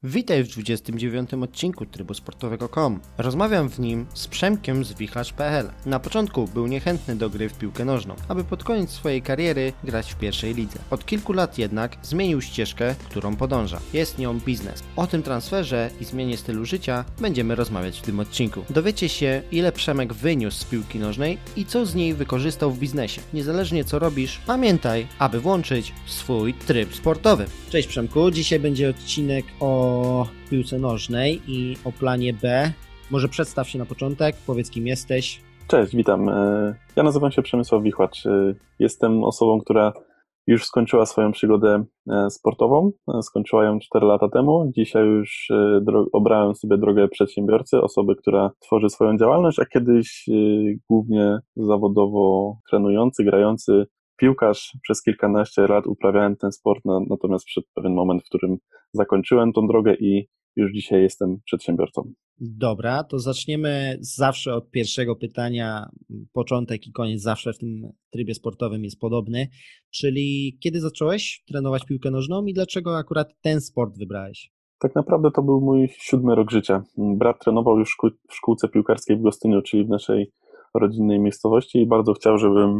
Witaj w 29. odcinku trybusportowego.com. Rozmawiam w nim z Przemkiem z wichrarz.pl. Na początku był niechętny do gry w piłkę nożną, aby pod koniec swojej kariery grać w pierwszej lidze. Od kilku lat jednak zmienił ścieżkę, którą podąża. Jest nią biznes. O tym transferze i zmianie stylu życia będziemy rozmawiać w tym odcinku. Dowiecie się, ile Przemek wyniósł z piłki nożnej i co z niej wykorzystał w biznesie. Niezależnie co robisz, pamiętaj, aby włączyć swój tryb sportowy. Cześć Przemku, dzisiaj będzie odcinek o piłce nożnej i o planie B. Może przedstaw się na początek, powiedz kim jesteś. Cześć, witam. Ja nazywam się Przemysław Wichłacz. Jestem osobą, która już skończyła swoją przygodę sportową. Skończyła ją 4 lata temu. Dzisiaj już obrałem sobie drogę przedsiębiorcy, osoby, która tworzy swoją działalność, a kiedyś głównie zawodowo trenujący, grający piłkarz. Przez kilkanaście lat uprawiałem ten sport, natomiast przyszedł pewien moment, w którym zakończyłem tą drogę i już dzisiaj jestem przedsiębiorcą. Dobra, to zaczniemy zawsze od pierwszego pytania. Początek i koniec zawsze w tym trybie sportowym jest podobny, czyli kiedy zacząłeś trenować piłkę nożną i dlaczego akurat ten sport wybrałeś? Tak naprawdę to był mój 7. rok życia. Brat trenował już w szkółce piłkarskiej w Gostyniu, czyli w naszej rodzinnej miejscowości i bardzo chciał,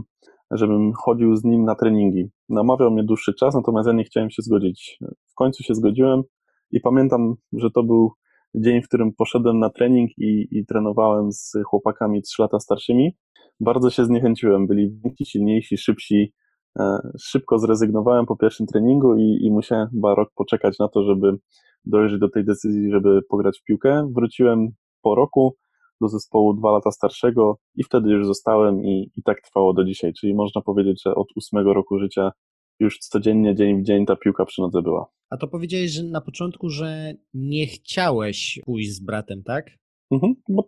żebym chodził z nim na treningi. Namawiał mnie dłuższy czas, natomiast ja nie chciałem się zgodzić. W końcu się zgodziłem i pamiętam, że to był dzień, w którym poszedłem na trening i trenowałem z chłopakami 3 lata starszymi. Bardzo się zniechęciłem, byli więksi, silniejsi, szybsi. Szybko zrezygnowałem po pierwszym treningu i musiałem chyba rok poczekać na to, żeby dojrzeć do tej decyzji, żeby pograć w piłkę. Wróciłem po roku do zespołu 2 lata starszego i wtedy już zostałem i tak trwało do dzisiaj, czyli można powiedzieć, że od 8 roku życia już codziennie, dzień w dzień ta piłka przy nodze była. A to powiedziałeś, że na początku, że nie chciałeś pójść z bratem, tak? Bo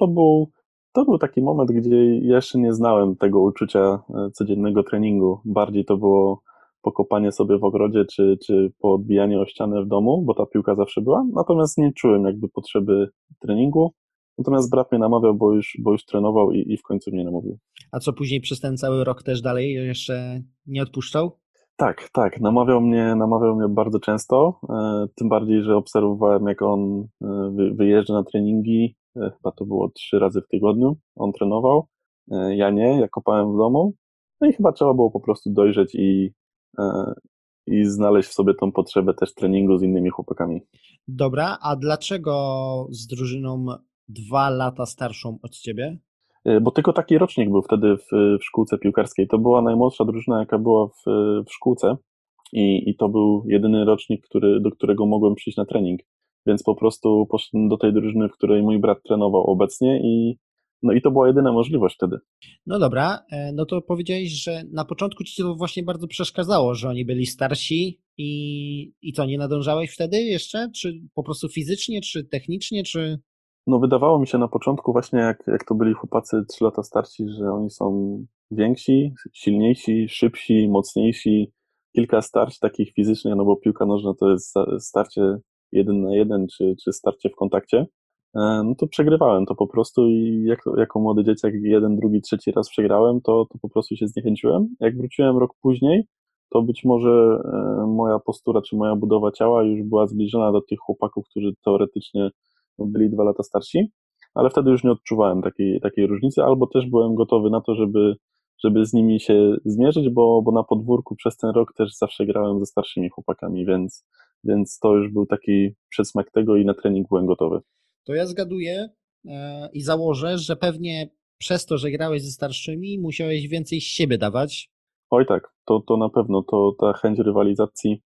to był taki moment, gdzie ja jeszcze nie znałem tego uczucia codziennego treningu. Bardziej to było pokopanie sobie w ogrodzie, czy poodbijanie o ścianę w domu, bo ta piłka zawsze była. Natomiast nie czułem jakby potrzeby treningu. Natomiast brat mnie namawiał, bo już trenował i w końcu mnie namówił. A co później przez ten cały rok też dalej jeszcze nie odpuszczał? Tak, namawiał mnie bardzo często, tym bardziej, że obserwowałem, jak on wyjeżdża na treningi, chyba to było 3 razy w tygodniu, on trenował, ja nie, ja kopałem w domu, no i chyba trzeba było po prostu dojrzeć i znaleźć w sobie tą potrzebę też treningu z innymi chłopakami. Dobra, a dlaczego z drużyną 2 lata starszą od ciebie? Bo tylko taki rocznik był wtedy w szkółce piłkarskiej. To była najmłodsza drużyna, jaka była w szkółce i to był jedyny rocznik, do którego mogłem przyjść na trening. Więc po prostu poszedłem do tej drużyny, w której mój brat trenował obecnie i to była jedyna możliwość wtedy. No dobra, no to powiedziałeś, że na początku ci to właśnie bardzo przeszkadzało, że oni byli starsi i co, nie nadążałeś wtedy jeszcze? Czy po prostu fizycznie, czy technicznie, czy... No wydawało mi się na początku właśnie, jak to byli chłopacy 3 lata starsi, że oni są więksi, silniejsi, szybsi, mocniejsi. Kilka starć takich fizycznych, no bo piłka nożna to jest starcie 1 na 1, czy starcie w kontakcie. No to przegrywałem to po prostu i jako młody dzieciak 1, 2, 3 raz przegrałem, to po prostu się zniechęciłem. Jak wróciłem rok później, to być może moja postura czy moja budowa ciała już była zbliżona do tych chłopaków, którzy teoretycznie byli 2 lata starsi, ale wtedy już nie odczuwałem takiej różnicy, albo też byłem gotowy na to, żeby z nimi się zmierzyć, bo na podwórku przez ten rok też zawsze grałem ze starszymi chłopakami, więc to już był taki przedsmak tego i na trening byłem gotowy. To ja zgaduję i założę, że pewnie przez to, że grałeś ze starszymi, musiałeś więcej z siebie dawać. Oj tak, to na pewno, to ta chęć rywalizacji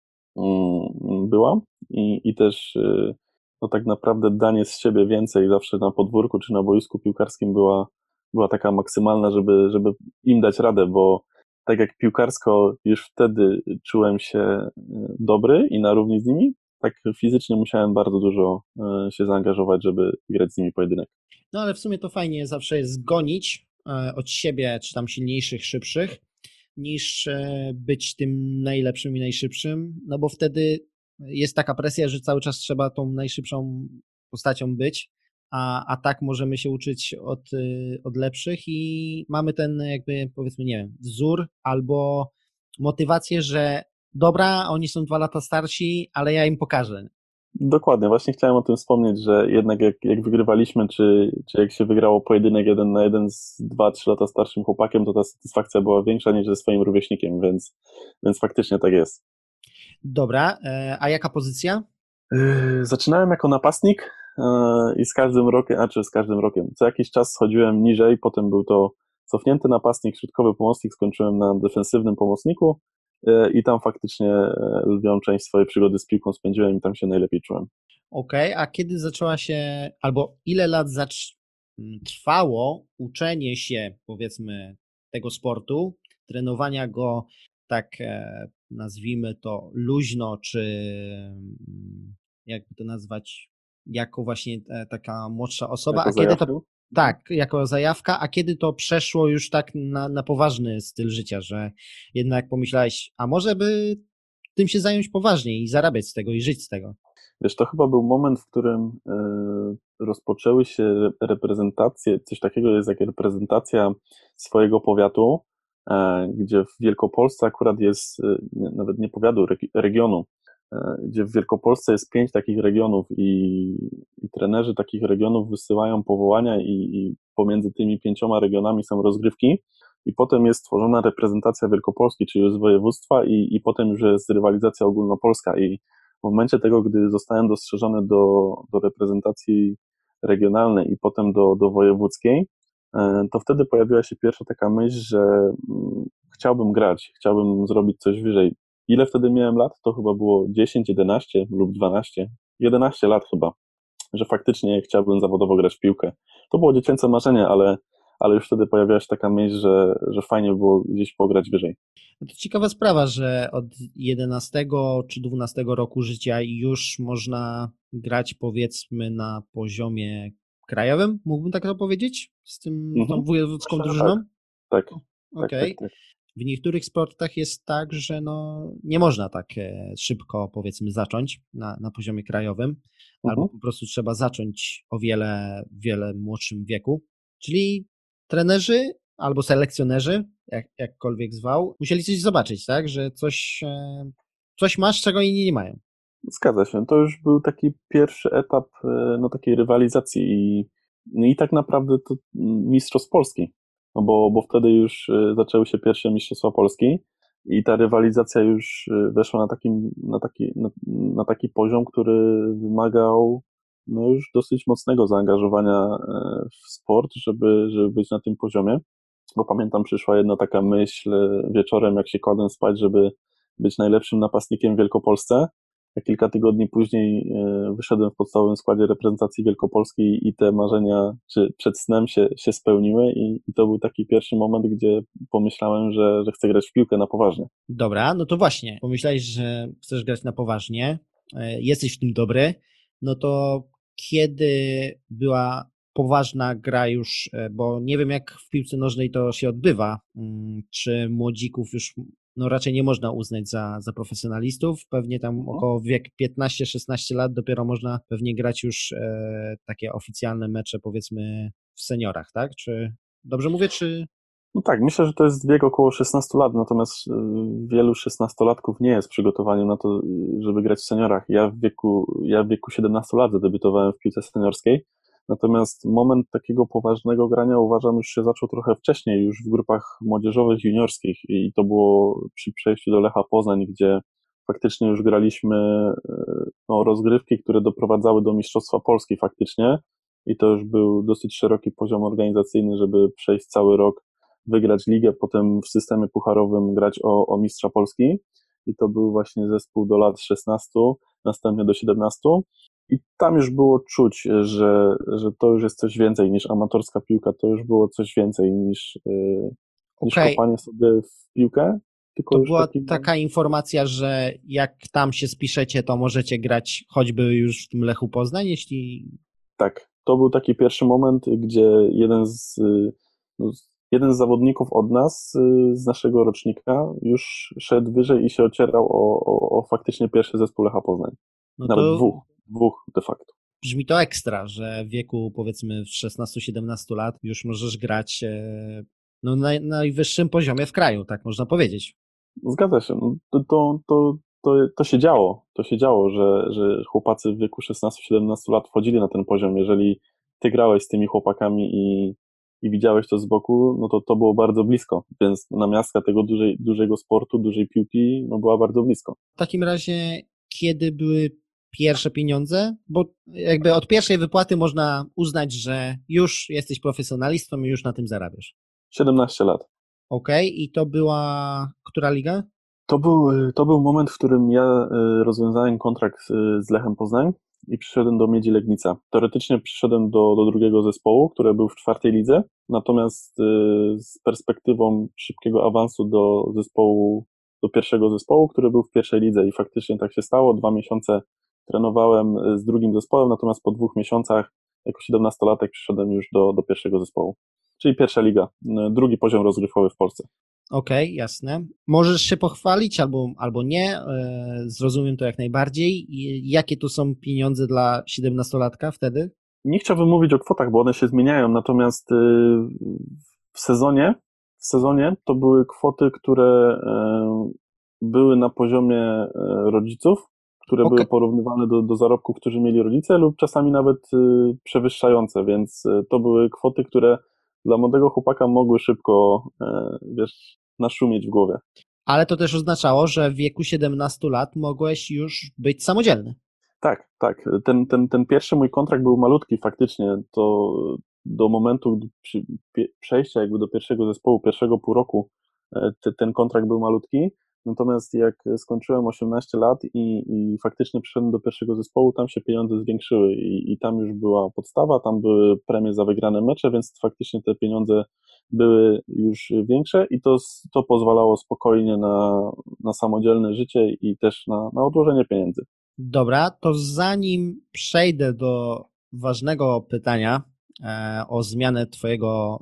była i też no tak naprawdę danie z siebie więcej zawsze na podwórku czy na boisku piłkarskim była taka maksymalna, żeby im dać radę, bo tak jak piłkarsko już wtedy czułem się dobry i na równi z nimi, tak fizycznie musiałem bardzo dużo się zaangażować, żeby grać z nimi pojedynek. No ale w sumie to fajnie zawsze jest gonić od siebie, czy tam silniejszych, szybszych, niż być tym najlepszym i najszybszym, no bo wtedy jest taka presja, że cały czas trzeba tą najszybszą postacią być, a tak możemy się uczyć od lepszych i mamy ten jakby powiedzmy, nie wiem, wzór albo motywację, że dobra, oni są 2 lata starsi, ale ja im pokażę. Dokładnie, właśnie chciałem o tym wspomnieć, że jednak jak wygrywaliśmy, czy jak się wygrało pojedynek 1 na 1 z 2-3 lata starszym chłopakiem, to ta satysfakcja była większa niż ze swoim rówieśnikiem, więc faktycznie tak jest. Dobra, a jaka pozycja? Zaczynałem jako napastnik i z każdym rokiem, co jakiś czas schodziłem niżej, potem był to cofnięty napastnik, środkowy pomocnik, skończyłem na defensywnym pomocniku i tam faktycznie lwią część swojej przygody z piłką spędziłem i tam się najlepiej czułem. Okej, a kiedy zaczęła się, albo ile lat trwało uczenie się, powiedzmy, tego sportu, trenowania go tak, nazwijmy to luźno, czy jakby to nazwać, jako właśnie taka młodsza osoba, Jako a kiedy to, zajawkę? tak, jako zajawka, a kiedy to przeszło już tak na poważny styl życia, że jednak pomyślałeś, a może by tym się zająć poważniej i zarabiać z tego i żyć z tego. Wiesz, to chyba był moment, w którym rozpoczęły się reprezentacje, coś takiego jest jak reprezentacja swojego powiatu, gdzie w Wielkopolsce akurat jest, nawet nie powiatu, regionu, gdzie w Wielkopolsce jest 5 takich regionów i trenerzy takich regionów wysyłają powołania i pomiędzy tymi 5 regionami są rozgrywki i potem jest tworzona reprezentacja Wielkopolski, czyli z województwa i potem już jest rywalizacja ogólnopolska i w momencie tego, gdy zostałem dostrzeżony do reprezentacji regionalnej i potem do wojewódzkiej, to wtedy pojawiła się pierwsza taka myśl, że chciałbym grać, chciałbym zrobić coś wyżej. Ile wtedy miałem lat? To chyba było 10, 11 lub 12. 11 lat chyba, że faktycznie chciałbym zawodowo grać w piłkę. To było dziecięce marzenie, ale już wtedy pojawiała się taka myśl, że fajnie było gdzieś pograć wyżej. No to ciekawa sprawa, że od 11 czy 12 roku życia już można grać, powiedzmy, na poziomie krajowym, mógłbym tak to powiedzieć? Z tą Mhm. wojewódzką Myślę, że tak. drużyną? Tak, tak, tak, Okej. tak. W niektórych sportach jest tak, że no, nie można tak szybko, powiedzmy, zacząć na poziomie krajowym, albo Mhm. po prostu trzeba zacząć o wiele młodszym wieku. Czyli trenerzy albo selekcjonerzy, jakkolwiek zwał, musieli coś zobaczyć, tak? Że coś masz, czego inni nie mają. Zgadza się. To już był taki pierwszy etap no, takiej rywalizacji no i tak naprawdę to Mistrzostw Polski, no bo wtedy już zaczęły się pierwsze Mistrzostwa Polski i ta rywalizacja już weszła na taki poziom, który wymagał no już dosyć mocnego zaangażowania w sport, żeby być na tym poziomie. Bo pamiętam, przyszła jedna taka myśl wieczorem, jak się kładłem spać, żeby być najlepszym napastnikiem w Wielkopolsce. A kilka tygodni później wyszedłem w podstawowym składzie reprezentacji Wielkopolskiej i te marzenia czy przed snem się spełniły i to był taki pierwszy moment, gdzie pomyślałem, że chcę grać w piłkę na poważnie. Dobra, no to właśnie, pomyślałeś, że chcesz grać na poważnie, jesteś w tym dobry, no to kiedy była poważna gra już, bo nie wiem jak w piłce nożnej to się odbywa, czy młodzików już no raczej nie można uznać za profesjonalistów, pewnie tam Mhm. około wiek 15-16 lat dopiero można pewnie grać już takie oficjalne mecze, powiedzmy, w seniorach, tak? Czy dobrze mówię, czy... No tak, myślę, że to jest wiek około 16 lat, natomiast wielu 16-latków nie jest przygotowaniem na to, żeby grać w seniorach. Ja w wieku 17 lat zadebiutowałem w piłce seniorskiej, natomiast moment takiego poważnego grania uważam już się zaczął trochę wcześniej, już w grupach młodzieżowych, juniorskich i to było przy przejściu do Lecha Poznań, gdzie faktycznie już graliśmy no, rozgrywki, które doprowadzały do Mistrzostwa Polski faktycznie i to już był dosyć szeroki poziom organizacyjny, żeby przejść cały rok wygrać ligę, potem w systemie pucharowym grać o mistrza Polski i to był właśnie zespół do lat 16, następnie do 17 i tam już było czuć, że to już jest coś więcej niż amatorska piłka, to już było coś więcej niż Okej, kopanie sobie w piłkę, tylko to już była taki, taka informacja, że jak tam się spiszecie, to możecie grać choćby już w tym Lechu Poznań, jeśli... tak, to był taki pierwszy moment, gdzie no, jeden z zawodników od nas, z naszego rocznika, już szedł wyżej i się ocierał o faktycznie pierwszy zespół Lecha Poznań. No Nawet to dwóch de facto. brzmi to ekstra, że w wieku powiedzmy 16-17 lat już możesz grać no, na najwyższym poziomie w kraju, tak można powiedzieć. Zgadza się. No, to To się działo, że chłopacy w wieku 16-17 lat wchodzili na ten poziom. Jeżeli ty grałeś z tymi chłopakami i widziałeś to z boku, no to było bardzo blisko, więc namiastka tego dużego sportu, dużej piłki, no była bardzo blisko. W takim razie, kiedy były pierwsze pieniądze? Bo jakby od pierwszej wypłaty można uznać, że już jesteś profesjonalistą i już na tym zarabiasz. 17 lat. Okej, i to była która liga? To był moment, w którym ja rozwiązałem kontrakt z Lechem Poznań i przyszedłem do Miedzi Legnica. Teoretycznie przyszedłem do drugiego zespołu, który był w czwartej lidze, natomiast z perspektywą szybkiego awansu do pierwszego zespołu, który był w pierwszej lidze i faktycznie tak się stało. 2 miesiące trenowałem z drugim zespołem, natomiast po 2 miesiącach jako 17-latek przyszedłem już do pierwszego zespołu, czyli pierwsza liga, drugi poziom rozgrywkowy w Polsce. Okej, jasne. Możesz się pochwalić albo nie, zrozumiem to jak najbardziej. Jakie to są pieniądze dla 17-latka wtedy? Nie chciałbym mówić o kwotach, bo one się zmieniają, natomiast w sezonie to były kwoty, które były na poziomie rodziców, które były porównywane do zarobków, którzy mieli rodzice, lub czasami nawet przewyższające, więc to były kwoty, które dla młodego chłopaka mogły szybko, naszumieć w głowie. Ale to też oznaczało, że w wieku 17 lat mogłeś już być samodzielny. Tak. Ten pierwszy mój kontrakt był malutki faktycznie. To do momentu przejścia jakby do pierwszego zespołu, pierwszego pół roku, ten kontrakt był malutki. Natomiast jak skończyłem 18 lat i faktycznie przyszedłem do pierwszego zespołu, tam się pieniądze zwiększyły i tam już była podstawa, tam były premie za wygrane mecze, więc faktycznie te pieniądze były już większe i to pozwalało spokojnie na samodzielne życie i też na odłożenie pieniędzy. Dobra, to zanim przejdę do ważnego pytania o zmianę twojego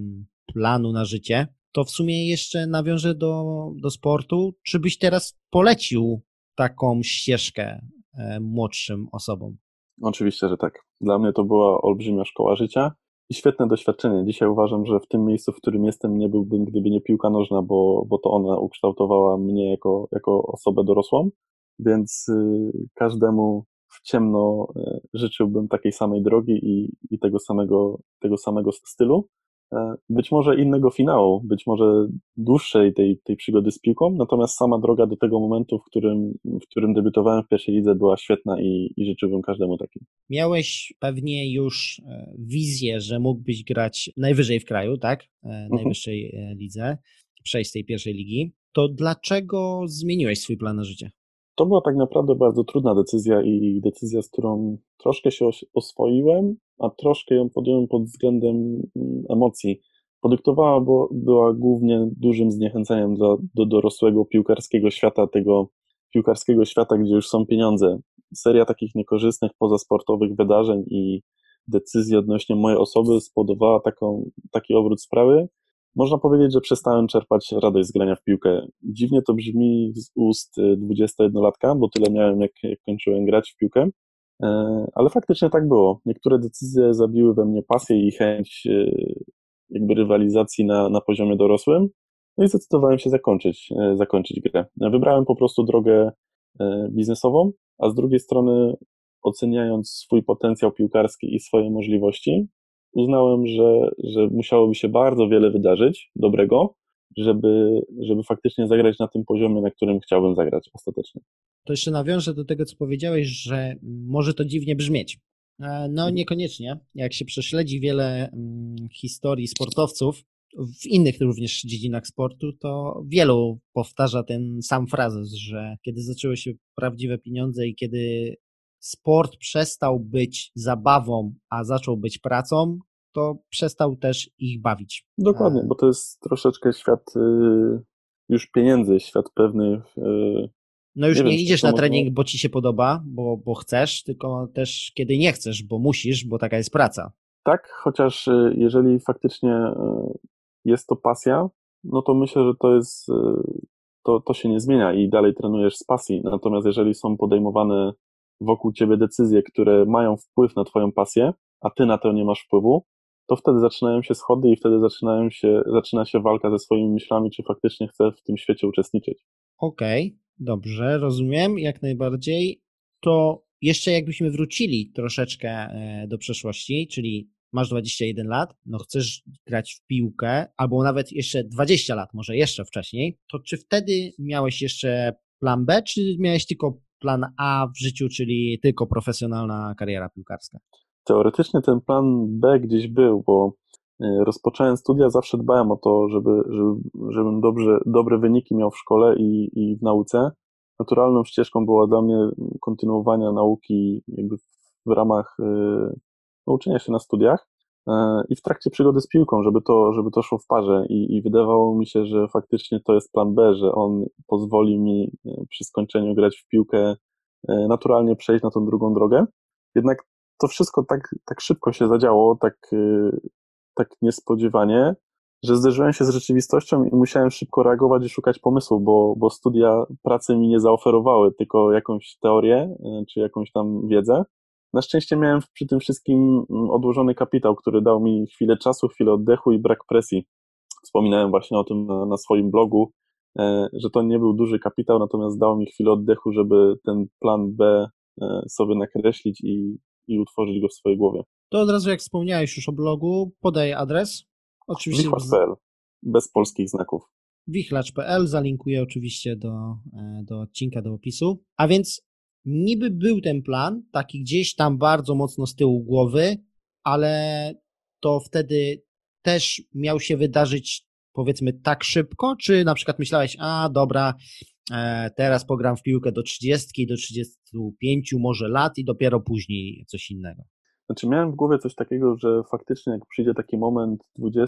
planu na życie, to w sumie jeszcze nawiążę do sportu. Czy byś teraz polecił taką ścieżkę młodszym osobom? Oczywiście, że tak. Dla mnie to była olbrzymia szkoła życia i świetne doświadczenie. Dzisiaj uważam, że w tym miejscu, w którym jestem, nie byłbym, gdyby nie piłka nożna, bo to ona ukształtowała mnie jako osobę dorosłą, więc każdemu w ciemno życzyłbym takiej samej drogi i tego samego stylu. Być może innego finału, być może dłuższej tej przygody z piłką, natomiast sama droga do tego momentu, w którym debiutowałem w pierwszej lidze, była świetna i życzyłbym każdemu takiej. Miałeś pewnie już wizję, że mógłbyś grać najwyżej w kraju, tak? Najwyższej lidze, przejść z tej pierwszej ligi. To dlaczego zmieniłeś swój plan na życie? To była tak naprawdę bardzo trudna decyzja i decyzja, z którą troszkę się oswoiłem, a troszkę ją podjąłem pod względem emocji. Podyktowała, bo była głównie dużym zniechęceniem do dorosłego piłkarskiego świata, tego piłkarskiego świata, gdzie już są pieniądze. Seria takich niekorzystnych pozasportowych wydarzeń i decyzji odnośnie mojej osoby spowodowała taki obrót sprawy. Można powiedzieć, że przestałem czerpać radość z grania w piłkę. Dziwnie to brzmi z ust 21-latka, bo tyle miałem, jak kończyłem grać w piłkę, ale faktycznie tak było. Niektóre decyzje zabiły we mnie pasję i chęć jakby rywalizacji na poziomie dorosłym, no i zdecydowałem się zakończyć grę. Wybrałem po prostu drogę biznesową, a z drugiej strony, oceniając swój potencjał piłkarski i swoje możliwości, uznałem, że musiałoby się bardzo wiele wydarzyć dobrego, żeby faktycznie zagrać na tym poziomie, na którym chciałbym zagrać ostatecznie. To jeszcze nawiążę do tego, co powiedziałeś, że może to dziwnie brzmieć. No niekoniecznie. Jak się prześledzi wiele historii sportowców, w innych również dziedzinach sportu, to wielu powtarza ten sam frazes, że kiedy zaczęły się prawdziwe pieniądze i kiedy sport przestał być zabawą, a zaczął być pracą, to przestał też ich bawić. Dokładnie, bo to jest troszeczkę świat już pieniędzy, świat pewnych. No już nie wiem, idziesz to na może- trening, bo ci się podoba, bo chcesz, tylko też kiedy nie chcesz, bo musisz, bo taka jest praca. Tak, chociaż jeżeli faktycznie jest to pasja, no to myślę, że to jest, to się nie zmienia i dalej trenujesz z pasji. Natomiast jeżeli są podejmowane wokół ciebie decyzje, które mają wpływ na twoją pasję, a ty na to nie masz wpływu, to wtedy zaczynają się schody i wtedy zaczyna się walka ze swoimi myślami, czy faktycznie chcę w tym świecie uczestniczyć. Okej. Dobrze, rozumiem, jak najbardziej. To jeszcze jakbyśmy wrócili troszeczkę do przeszłości, czyli masz 21 lat, no chcesz grać w piłkę, albo nawet jeszcze 20 lat, może jeszcze wcześniej, to czy wtedy miałeś jeszcze plan B, czy miałeś tylko plan A w życiu, czyli tylko profesjonalna kariera piłkarska? Teoretycznie ten plan B gdzieś był, bo rozpocząłem studia, zawsze dbałem o to, żebym dobre wyniki miał w szkole i w nauce. Naturalną ścieżką była dla mnie kontynuowania nauki jakby w ramach uczenia się na studiach i w trakcie przygody z piłką, żeby to szło w parze i wydawało mi się, że faktycznie to jest plan B, że on pozwoli mi przy skończeniu grać w piłkę naturalnie przejść na tą drugą drogę. Jednak to wszystko tak szybko się zadziało, tak niespodziewanie, że zderzyłem się z rzeczywistością i musiałem szybko reagować i szukać pomysłu, bo studia pracy mi nie zaoferowały, tylko jakąś teorię czy jakąś tam wiedzę. Na szczęście miałem przy tym wszystkim odłożony kapitał, który dał mi chwilę czasu, chwilę oddechu i brak presji. Wspominałem właśnie o tym na swoim blogu, że to nie był duży kapitał, natomiast dał mi chwilę oddechu, żeby ten plan B sobie nakreślić i utworzyć go w swojej głowie. To od razu jak wspomniałeś już o blogu, podaj adres. Oczywiście Wichlacz.pl, bez polskich znaków. wichlacz.pl, zalinkuję oczywiście do odcinka, do opisu. A więc niby był ten plan, taki gdzieś tam bardzo mocno z tyłu głowy, ale to wtedy też miał się wydarzyć, powiedzmy, tak szybko, czy na przykład myślałeś, a dobra, teraz pogram w piłkę do 30, do 35 może lat i dopiero później coś innego. Znaczy miałem w głowie coś takiego, że faktycznie jak przyjdzie taki moment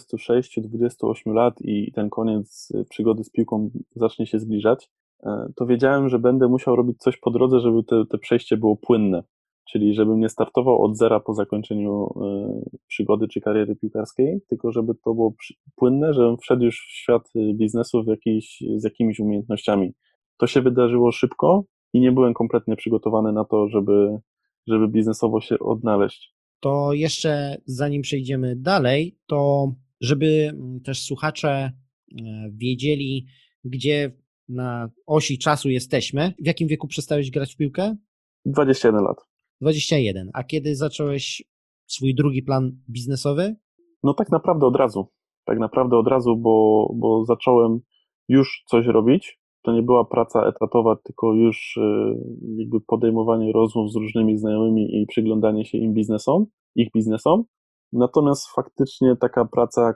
26-28 lat i ten koniec przygody z piłką zacznie się zbliżać, to wiedziałem, że będę musiał robić coś po drodze, żeby te przejście było płynne. Czyli żebym nie startował od zera po zakończeniu przygody czy kariery piłkarskiej, tylko żeby to było płynne, żebym wszedł już w świat biznesu z jakimiś umiejętnościami. To się wydarzyło szybko i nie byłem kompletnie przygotowany na to, żeby biznesowo się odnaleźć. To jeszcze zanim przejdziemy dalej, to żeby też słuchacze wiedzieli, gdzie na osi czasu jesteśmy, w jakim wieku przestałeś grać w piłkę? 21 lat. 21. A kiedy zacząłeś swój drugi plan biznesowy? No tak naprawdę od razu. Tak naprawdę od razu, bo zacząłem już coś robić. To nie była praca etatowa, tylko już jakby podejmowanie rozmów z różnymi znajomymi i przyglądanie się ich biznesom. Natomiast faktycznie taka praca,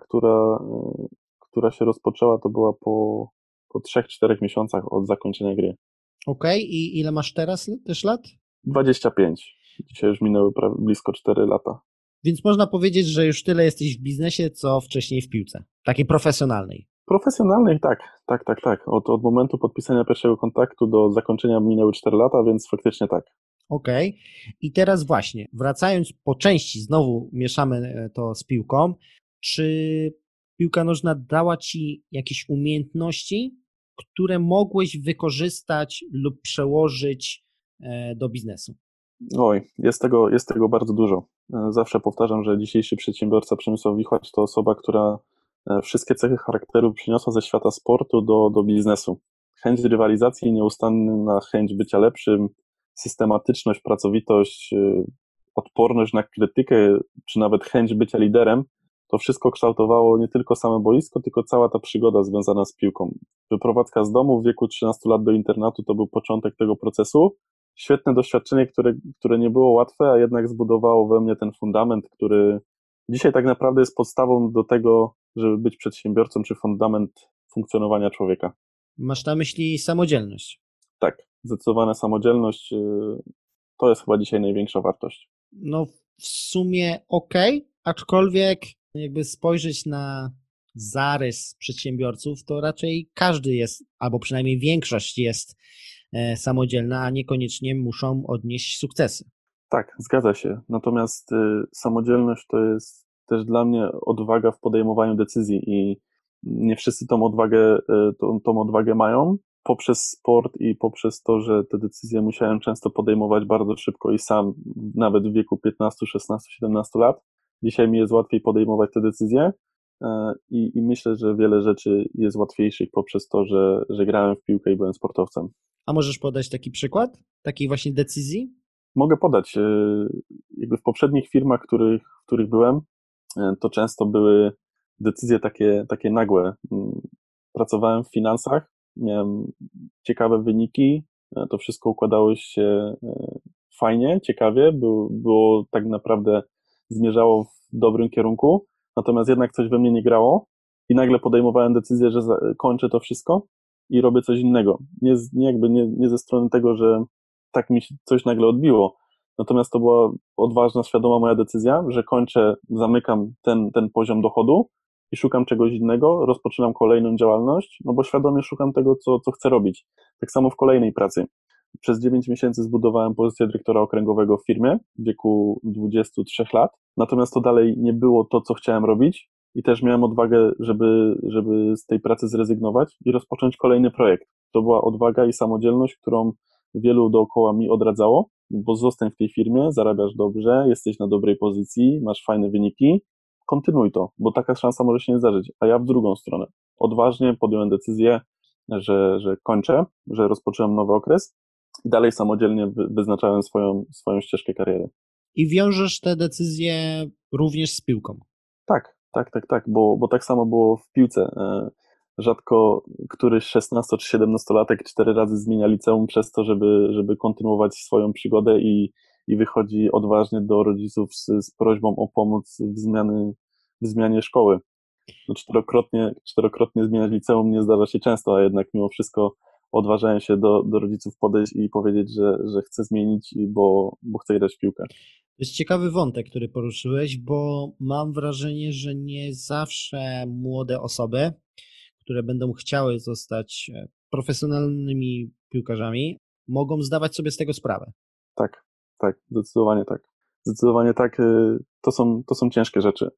która się rozpoczęła, to była po 3-4 miesiącach od zakończenia gry. Okej, i ile masz teraz też lat? 25. Dzisiaj już minęły blisko 4 lata. Więc można powiedzieć, że już tyle jesteś w biznesie, co wcześniej w piłce, takiej profesjonalnej. Profesjonalnych tak. Od momentu podpisania pierwszego kontaktu do zakończenia minęły 4 lata, więc faktycznie tak. Okej. I teraz właśnie, wracając po części, znowu mieszamy to z piłką, czy piłka nożna dała ci jakieś umiejętności, które mogłeś wykorzystać lub przełożyć do biznesu? Oj, jest tego bardzo dużo. Zawsze powtarzam, że dzisiejszy przedsiębiorca Przemysław Wichłacz to osoba, która wszystkie cechy charakteru przyniosła ze świata sportu do biznesu. Chęć rywalizacji, nieustanna chęć bycia lepszym, systematyczność, pracowitość, odporność na krytykę, czy nawet chęć bycia liderem, to wszystko kształtowało nie tylko same boisko, tylko cała ta przygoda związana z piłką. Wyprowadzka z domu w wieku 13 lat do internatu to był początek tego procesu. Świetne doświadczenie, które nie było łatwe, a jednak zbudowało we mnie ten fundament, który dzisiaj tak naprawdę jest podstawą do tego, żeby być przedsiębiorcą, czy fundament funkcjonowania człowieka. Masz na myśli samodzielność? Tak, zdecydowana samodzielność to jest chyba dzisiaj największa wartość. No w sumie okej, aczkolwiek jakby spojrzeć na zarys przedsiębiorców, to raczej każdy jest, albo przynajmniej większość jest samodzielna, a niekoniecznie muszą odnieść sukcesy. Tak, zgadza się. Natomiast samodzielność to jest też dla mnie odwaga w podejmowaniu decyzji i nie wszyscy tą odwagę mają. Poprzez sport i poprzez to, że te decyzje musiałem często podejmować bardzo szybko i sam, nawet w wieku 15, 16, 17 lat. Dzisiaj mi jest łatwiej podejmować te decyzje. i myślę, że wiele rzeczy jest łatwiejszych poprzez to, że grałem w piłkę i byłem sportowcem. A możesz podać taki przykład takiej właśnie decyzji? Mogę podać, jakby w poprzednich firmach, w których byłem, to często były decyzje takie nagłe. Pracowałem w finansach, miałem ciekawe wyniki, to wszystko układało się fajnie, ciekawie, było tak naprawdę zmierzało w dobrym kierunku, natomiast jednak coś we mnie nie grało i nagle podejmowałem decyzję, że kończę to wszystko i robię coś innego. Nie ze strony tego, że tak mi się coś nagle odbiło, natomiast to była odważna, świadoma moja decyzja, że kończę, zamykam ten poziom dochodu i szukam czegoś innego, rozpoczynam kolejną działalność, no bo świadomie szukam tego, co chcę robić. Tak samo w kolejnej pracy. Przez 9 miesięcy zbudowałem pozycję dyrektora okręgowego w firmie w wieku 23 lat, natomiast to dalej nie było to, co chciałem robić i też miałem odwagę, żeby z tej pracy zrezygnować i rozpocząć kolejny projekt. To była odwaga i samodzielność, którą wielu dookoła mi odradzało, bo zostań w tej firmie, zarabiasz dobrze, jesteś na dobrej pozycji, masz fajne wyniki, kontynuuj to, bo taka szansa może się nie zdarzyć. A ja w drugą stronę. Odważnie podjąłem decyzję, że kończę, że rozpocząłem nowy okres i dalej samodzielnie wyznaczałem swoją ścieżkę kariery. I wiążesz te decyzje również z piłką. Tak, bo tak samo było w piłce. Rzadko któryś 16 czy 17-latek 4 razy zmienia liceum przez to, żeby kontynuować swoją przygodę i wychodzi odważnie do rodziców z prośbą o pomoc w zmianie szkoły. No czterokrotnie zmieniać liceum nie zdarza się często, a jednak mimo wszystko odważają się do rodziców podejść i powiedzieć, że chcę zmienić, bo chcę grać w piłkę. To jest ciekawy wątek, który poruszyłeś, bo mam wrażenie, że nie zawsze młode osoby, które będą chciały zostać profesjonalnymi piłkarzami, mogą zdawać sobie z tego sprawę. Tak, zdecydowanie tak. Zdecydowanie tak. To są ciężkie rzeczy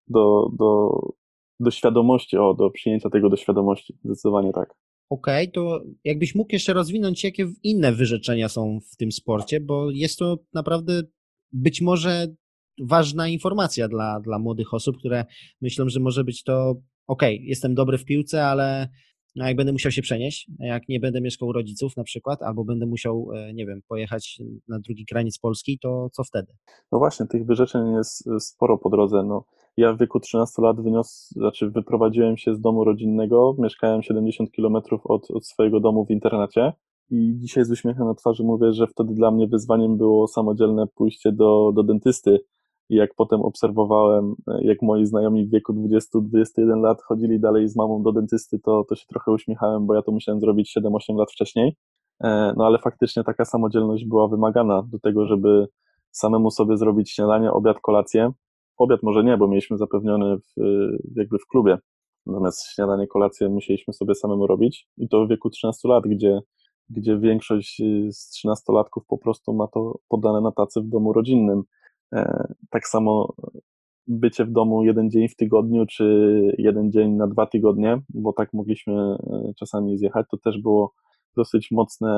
do świadomości, do przyjęcia tego do świadomości. Zdecydowanie tak. Okej, to jakbyś mógł jeszcze rozwinąć, jakie inne wyrzeczenia są w tym sporcie, bo jest to naprawdę być może ważna informacja dla młodych osób, które myślą, że może być to jestem dobry w piłce, ale jak będę musiał się przenieść, jak nie będę mieszkał u rodziców na przykład, albo będę musiał, nie wiem, pojechać na drugi kraniec Polski, to co wtedy? No właśnie, tych wyrzeczeń jest sporo po drodze. No, ja w wieku 13 lat wyprowadziłem się z domu rodzinnego, mieszkałem 70 kilometrów od swojego domu w internacie i dzisiaj z uśmiechem na twarzy mówię, że wtedy dla mnie wyzwaniem było samodzielne pójście do dentysty. I jak potem obserwowałem, jak moi znajomi w wieku 20-21 lat chodzili dalej z mamą do dentysty, to się trochę uśmiechałem, bo ja to musiałem zrobić 7-8 lat wcześniej. No ale faktycznie taka samodzielność była wymagana do tego, żeby samemu sobie zrobić śniadanie, obiad, kolację. Obiad może nie, bo mieliśmy zapewniony jakby w klubie. Natomiast śniadanie, kolację musieliśmy sobie samemu robić i to w wieku 13 lat, gdzie większość z 13-latków po prostu ma to podane na tacy w domu rodzinnym. Tak samo bycie w domu jeden dzień w tygodniu, czy jeden dzień na 2 tygodnie, bo tak mogliśmy czasami zjechać, to też było dosyć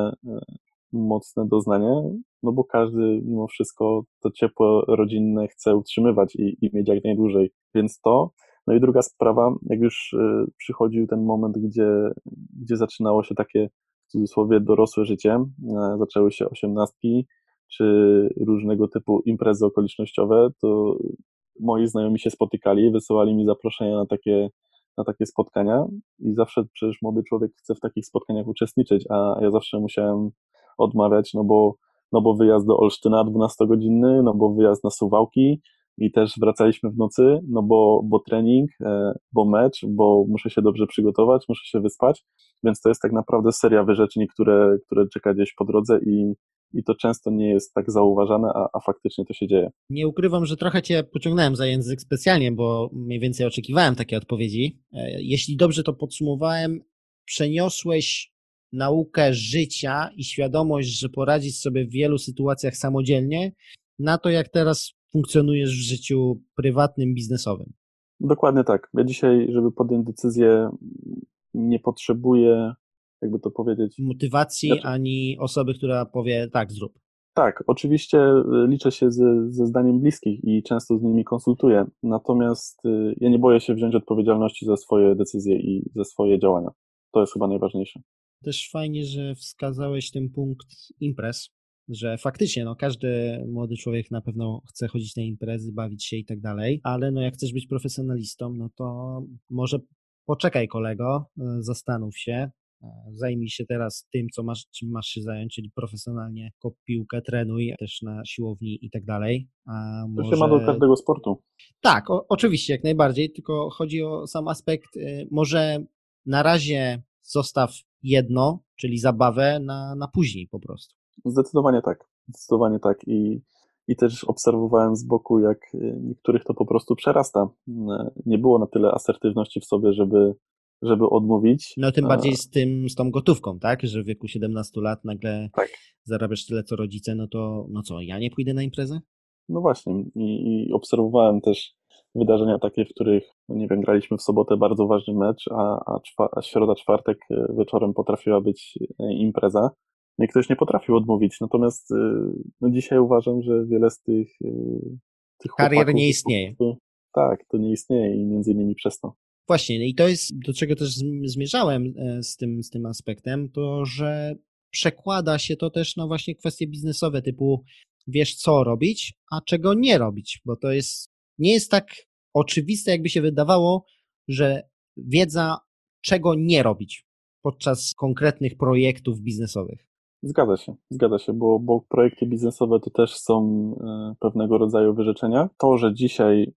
mocne doznanie, no bo każdy mimo wszystko to ciepło rodzinne chce utrzymywać i mieć jak najdłużej, więc to. No i druga sprawa, jak już przychodził ten moment, gdzie zaczynało się takie w cudzysłowie dorosłe życie, zaczęły się osiemnastki, czy różnego typu imprezy okolicznościowe, to moi znajomi się spotykali, wysyłali mi zaproszenia na takie spotkania i zawsze przecież młody człowiek chce w takich spotkaniach uczestniczyć, a ja zawsze musiałem odmawiać, no bo wyjazd do Olsztyna 12-godzinny, no bo wyjazd na Suwałki i też wracaliśmy w nocy, no bo trening, bo mecz, bo muszę się dobrze przygotować, muszę się wyspać, więc to jest tak naprawdę seria wyrzeczeń, które czeka gdzieś po drodze i to często nie jest tak zauważane, a faktycznie to się dzieje. Nie ukrywam, że trochę Cię pociągnąłem za język specjalnie, bo mniej więcej oczekiwałem takiej odpowiedzi. Jeśli dobrze to podsumowałem, przeniosłeś naukę życia i świadomość, że poradzisz sobie w wielu sytuacjach samodzielnie, na to, jak teraz funkcjonujesz w życiu prywatnym, biznesowym. Dokładnie tak. Ja dzisiaj, żeby podjąć decyzję, nie potrzebuję, jakby to powiedzieć, Motywacji ani osoby, która powie tak, zrób. Tak, oczywiście liczę się ze zdaniem bliskich i często z nimi konsultuję, natomiast ja nie boję się wziąć odpowiedzialności za swoje decyzje i za swoje działania. To jest chyba najważniejsze. Też fajnie, że wskazałeś ten punkt imprez, że faktycznie no, każdy młody człowiek na pewno chce chodzić na imprezy, bawić się i tak dalej, ale no, jak chcesz być profesjonalistą, no to może poczekaj kolego, zastanów się, zajmij się teraz tym, czym masz się zająć, czyli profesjonalnie kop piłkę, trenuj też na siłowni i tak dalej. A To się ma do może każdego sportu. tak, oczywiście, jak najbardziej, tylko chodzi o sam aspekt, może na razie zostaw jedno, czyli zabawę na później po prostu. Zdecydowanie tak. Zdecydowanie tak. I też obserwowałem z boku, jak niektórych to po prostu przerasta. Nie było na tyle asertywności w sobie, żeby odmówić. No tym bardziej z tą gotówką, tak, że w wieku 17 lat nagle Tak. zarabiasz tyle, co rodzice, no to no co, ja nie pójdę na imprezę? No właśnie. I obserwowałem też wydarzenia takie, w których, no nie wiem, graliśmy w sobotę bardzo ważny mecz, a środa, czwartek wieczorem potrafiła być impreza. I ktoś nie potrafił odmówić. Natomiast no dzisiaj uważam, że wiele z tych Karier chłopaków nie jest po istnieje. prostu, tak, to nie istnieje i między innymi przez to. Właśnie, no i to jest, do czego też zmierzałem z tym aspektem, to że przekłada się to też na właśnie kwestie biznesowe, typu wiesz co robić, a czego nie robić, bo to nie jest tak oczywiste, jakby się wydawało, że wiedza, czego nie robić podczas konkretnych projektów biznesowych. Zgadza się, bo projekty biznesowe to też są pewnego rodzaju wyrzeczenia. To, że dzisiaj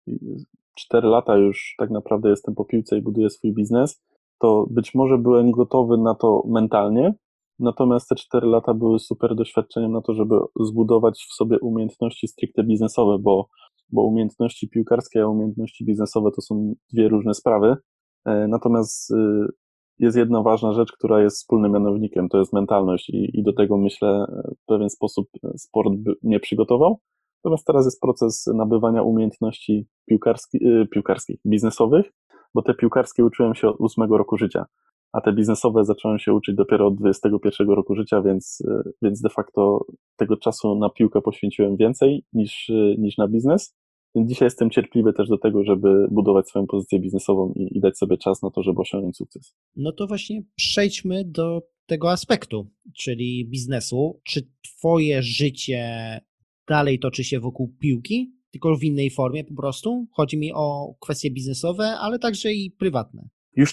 4 lata już tak naprawdę jestem po piłce i buduję swój biznes, to być może byłem gotowy na to mentalnie, natomiast te 4 lata były super doświadczeniem na to, żeby zbudować w sobie umiejętności stricte biznesowe, bo umiejętności piłkarskie, a umiejętności biznesowe to są dwie różne sprawy. Natomiast jest jedna ważna rzecz, która jest wspólnym mianownikiem, to jest mentalność i do tego myślę w pewien sposób sport mnie przygotował. Natomiast teraz jest proces nabywania umiejętności piłkarskich, biznesowych, bo te piłkarskie uczyłem się od 8 roku życia, a te biznesowe zacząłem się uczyć dopiero od 21 roku życia, więc de facto tego czasu na piłkę poświęciłem więcej niż na biznes. Więc dzisiaj jestem cierpliwy też do tego, żeby budować swoją pozycję biznesową i dać sobie czas na to, żeby osiągnąć sukces. No to właśnie przejdźmy do tego aspektu, czyli biznesu. Czy twoje życie dalej toczy się wokół piłki, tylko w innej formie po prostu? Chodzi mi o kwestie biznesowe, ale także i prywatne.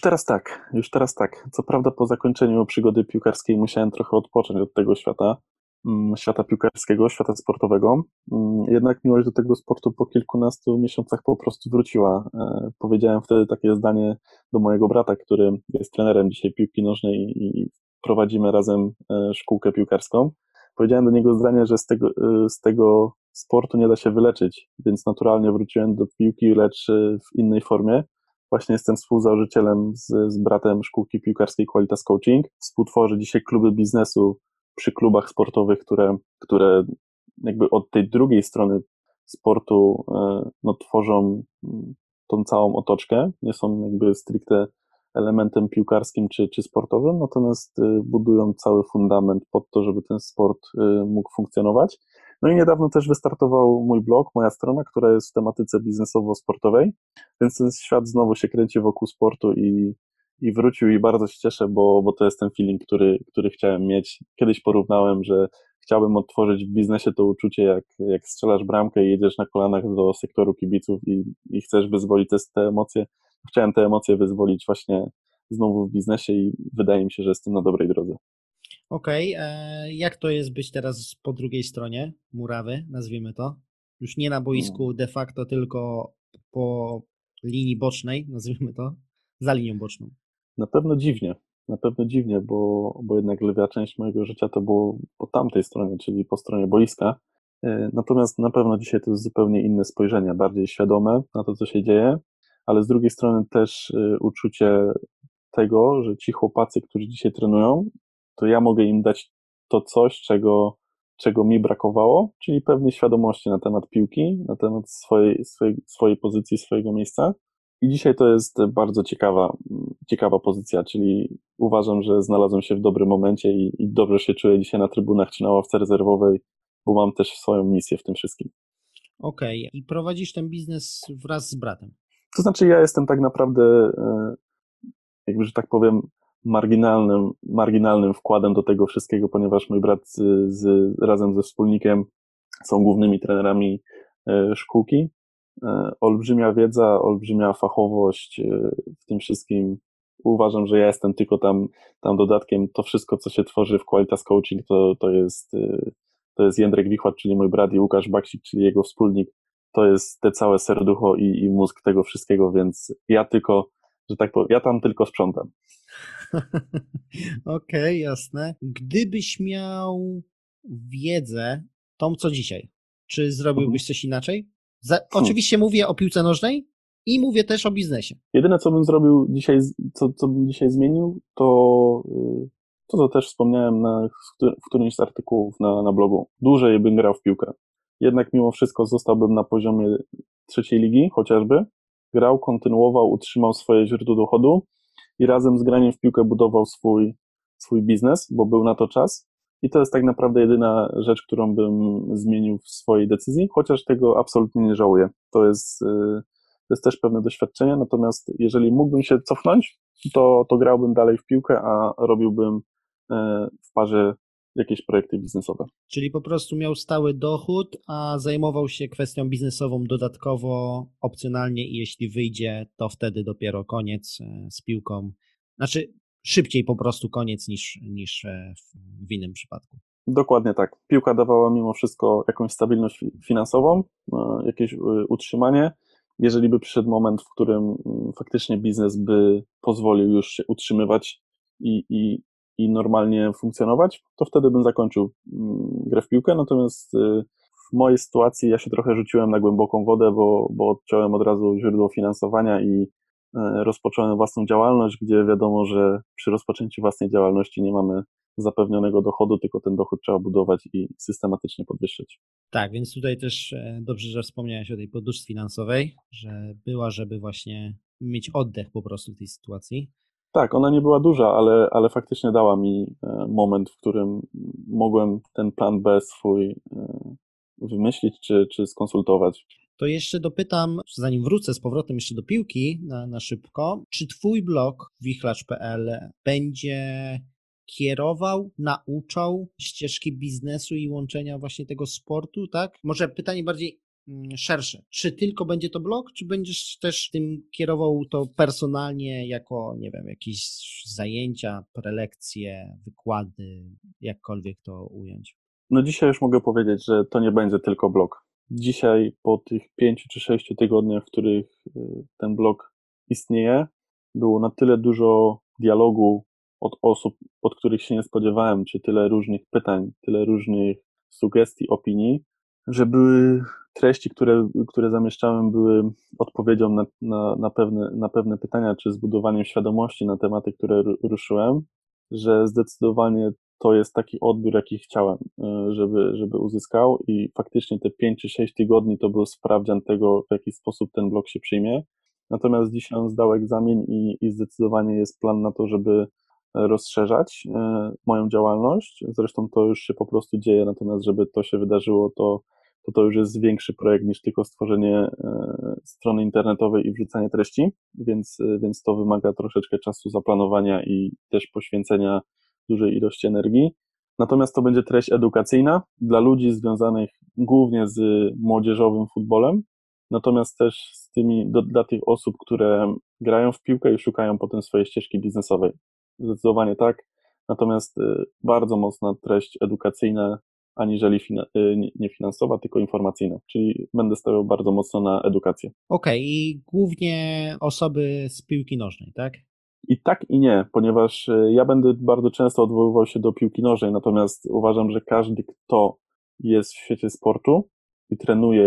Już teraz tak. Co prawda po zakończeniu przygody piłkarskiej musiałem trochę odpocząć od tego świata piłkarskiego, świata sportowego. Jednak miłość do tego sportu po kilkunastu miesiącach po prostu wróciła. Powiedziałem wtedy takie zdanie do mojego brata, który jest trenerem dzisiaj piłki nożnej i prowadzimy razem szkółkę piłkarską. Powiedziałem do niego zdanie, że z tego sportu nie da się wyleczyć, więc naturalnie wróciłem do piłki, lecz w innej formie. Właśnie jestem współzałożycielem z bratem szkółki piłkarskiej Qualitas Coaching. Współtworzę dzisiaj kluby biznesu przy klubach sportowych, które jakby od tej drugiej strony sportu no, tworzą tą całą otoczkę, nie są jakby stricte elementem piłkarskim czy sportowym, natomiast budują cały fundament pod to, żeby ten sport mógł funkcjonować. No i niedawno też wystartował mój blog, moja strona, która jest w tematyce biznesowo-sportowej, więc ten świat znowu się kręci wokół sportu i wrócił i bardzo się cieszę, bo to jest ten feeling, który chciałem mieć. Kiedyś porównałem, że chciałbym odtworzyć w biznesie to uczucie, jak strzelasz bramkę i jedziesz na kolanach do sektoru kibiców i chcesz wyzwolić te emocje. Chciałem te emocje wyzwolić właśnie znowu w biznesie i wydaje mi się, że jestem na dobrej drodze. Okej, jak to jest być teraz po drugiej stronie murawy, nazwijmy to? Już nie na boisku de facto, tylko po linii bocznej, nazwijmy to, za linią boczną. Na pewno dziwnie, bo jednak lwia część mojego życia to było po tamtej stronie, czyli po stronie boiska. Natomiast na pewno dzisiaj to jest zupełnie inne spojrzenie, bardziej świadome na to, co się dzieje, ale z drugiej strony też uczucie tego, że ci chłopacy, którzy dzisiaj trenują, to ja mogę im dać to coś, czego mi brakowało, czyli pewnej świadomości na temat piłki, na temat swojej pozycji, swojego miejsca. I dzisiaj to jest bardzo ciekawa pozycja, czyli uważam, że znalazłem się w dobrym momencie i dobrze się czuję dzisiaj na trybunach czy na ławce rezerwowej bo mam też swoją misję w tym wszystkim. Okej. I prowadzisz ten biznes wraz z bratem. To znaczy ja jestem tak naprawdę, jakby, że tak powiem, marginalnym wkładem do tego wszystkiego, ponieważ mój brat razem ze wspólnikiem są głównymi trenerami szkółki. Olbrzymia wiedza, olbrzymia fachowość w tym wszystkim. Uważam, że ja jestem tylko tam dodatkiem. To wszystko, co się tworzy w Qualitas Coaching, to jest Jędrek Wichłacz, czyli mój brat, i Łukasz Baksik, czyli jego wspólnik. To jest te całe serducho i mózg tego wszystkiego, więc ja tylko, że tak powiem, ja tam tylko sprzątam. Okej, jasne. Gdybyś miał wiedzę tą, co dzisiaj, czy zrobiłbyś coś inaczej? Oczywiście mówię o piłce nożnej i mówię też o biznesie. Jedyne, co bym zrobił dzisiaj, co bym dzisiaj zmienił, to co też wspomniałem w którymś z artykułów na blogu. Dłużej bym grał w piłkę. Jednak mimo wszystko zostałbym na poziomie trzeciej ligi chociażby. Grał, kontynuował, utrzymał swoje źródło dochodu i razem z graniem w piłkę budował swój biznes, bo był na to czas. I to jest tak naprawdę jedyna rzecz, którą bym zmienił w swojej decyzji, chociaż tego absolutnie nie żałuję. To jest też pewne doświadczenie, natomiast jeżeli mógłbym się cofnąć, to grałbym dalej w piłkę, a robiłbym w parze jakieś projekty biznesowe. Czyli po prostu miał stały dochód, a zajmował się kwestią biznesową dodatkowo, opcjonalnie, i jeśli wyjdzie, to wtedy dopiero koniec z piłką. Znaczy szybciej po prostu koniec niż w innym przypadku. Dokładnie tak. Piłka dawała mimo wszystko jakąś stabilność finansową, jakieś utrzymanie. Jeżeli by przyszedł moment, w którym faktycznie biznes by pozwolił już się utrzymywać i normalnie funkcjonować, to wtedy bym zakończył grę w piłkę. Natomiast w mojej sytuacji ja się trochę rzuciłem na głęboką wodę, bo odciąłem od razu źródło finansowania i rozpocząłem własną działalność, gdzie wiadomo, że przy rozpoczęciu własnej działalności nie mamy zapewnionego dochodu, tylko ten dochód trzeba budować i systematycznie podwyższyć. Tak, więc tutaj też dobrze, że wspomniałeś o tej poduszce finansowej, że była, żeby właśnie mieć oddech po prostu w tej sytuacji. Tak, ona nie była duża, ale faktycznie dała mi moment, w którym mogłem ten plan B swój wymyślić czy skonsultować. To jeszcze dopytam, zanim wrócę z powrotem jeszcze do piłki na szybko, czy twój blog wichlacz.pl będzie kierował, nauczał ścieżki biznesu i łączenia właśnie tego sportu, tak? Może pytanie bardziej szersze. Czy tylko będzie to blog, czy będziesz też tym kierował to personalnie jako, nie wiem, jakieś zajęcia, prelekcje, wykłady, jakkolwiek to ująć? No dzisiaj już mogę powiedzieć, że to nie będzie tylko blog. Dzisiaj po tych 5 czy 6 tygodniach, w których ten blog istnieje, było na tyle dużo dialogu od osób, od których się nie spodziewałem, czy tyle różnych pytań, tyle różnych sugestii, opinii, że były treści, które zamieszczałem, były odpowiedzią na pewne pytania, czy zbudowaniem świadomości na tematy, które ruszyłem, że zdecydowanie to jest taki odbiór, jaki chciałem, żeby uzyskał, i faktycznie te 5 czy 6 tygodni to był sprawdzian tego, w jaki sposób ten blog się przyjmie. Natomiast dzisiaj on zdał egzamin i zdecydowanie jest plan na to, żeby rozszerzać moją działalność. Zresztą to już się po prostu dzieje, natomiast żeby to się wydarzyło, to już jest większy projekt niż tylko stworzenie strony internetowej i wrzucanie treści, więc to wymaga troszeczkę czasu zaplanowania i też poświęcenia dużej ilości energii. Natomiast to będzie treść edukacyjna dla ludzi związanych głównie z młodzieżowym futbolem, natomiast też dla tych osób, które grają w piłkę i szukają potem swojej ścieżki biznesowej. Zdecydowanie tak. Natomiast bardzo mocna treść edukacyjna, aniżeli nie finansowa, tylko informacyjna. Czyli będę stawiał bardzo mocno na edukację. Okej, i głównie osoby z piłki nożnej, tak? I tak i nie, ponieważ ja będę bardzo często odwoływał się do piłki nożnej, natomiast uważam, że każdy, kto jest w świecie sportu i trenuje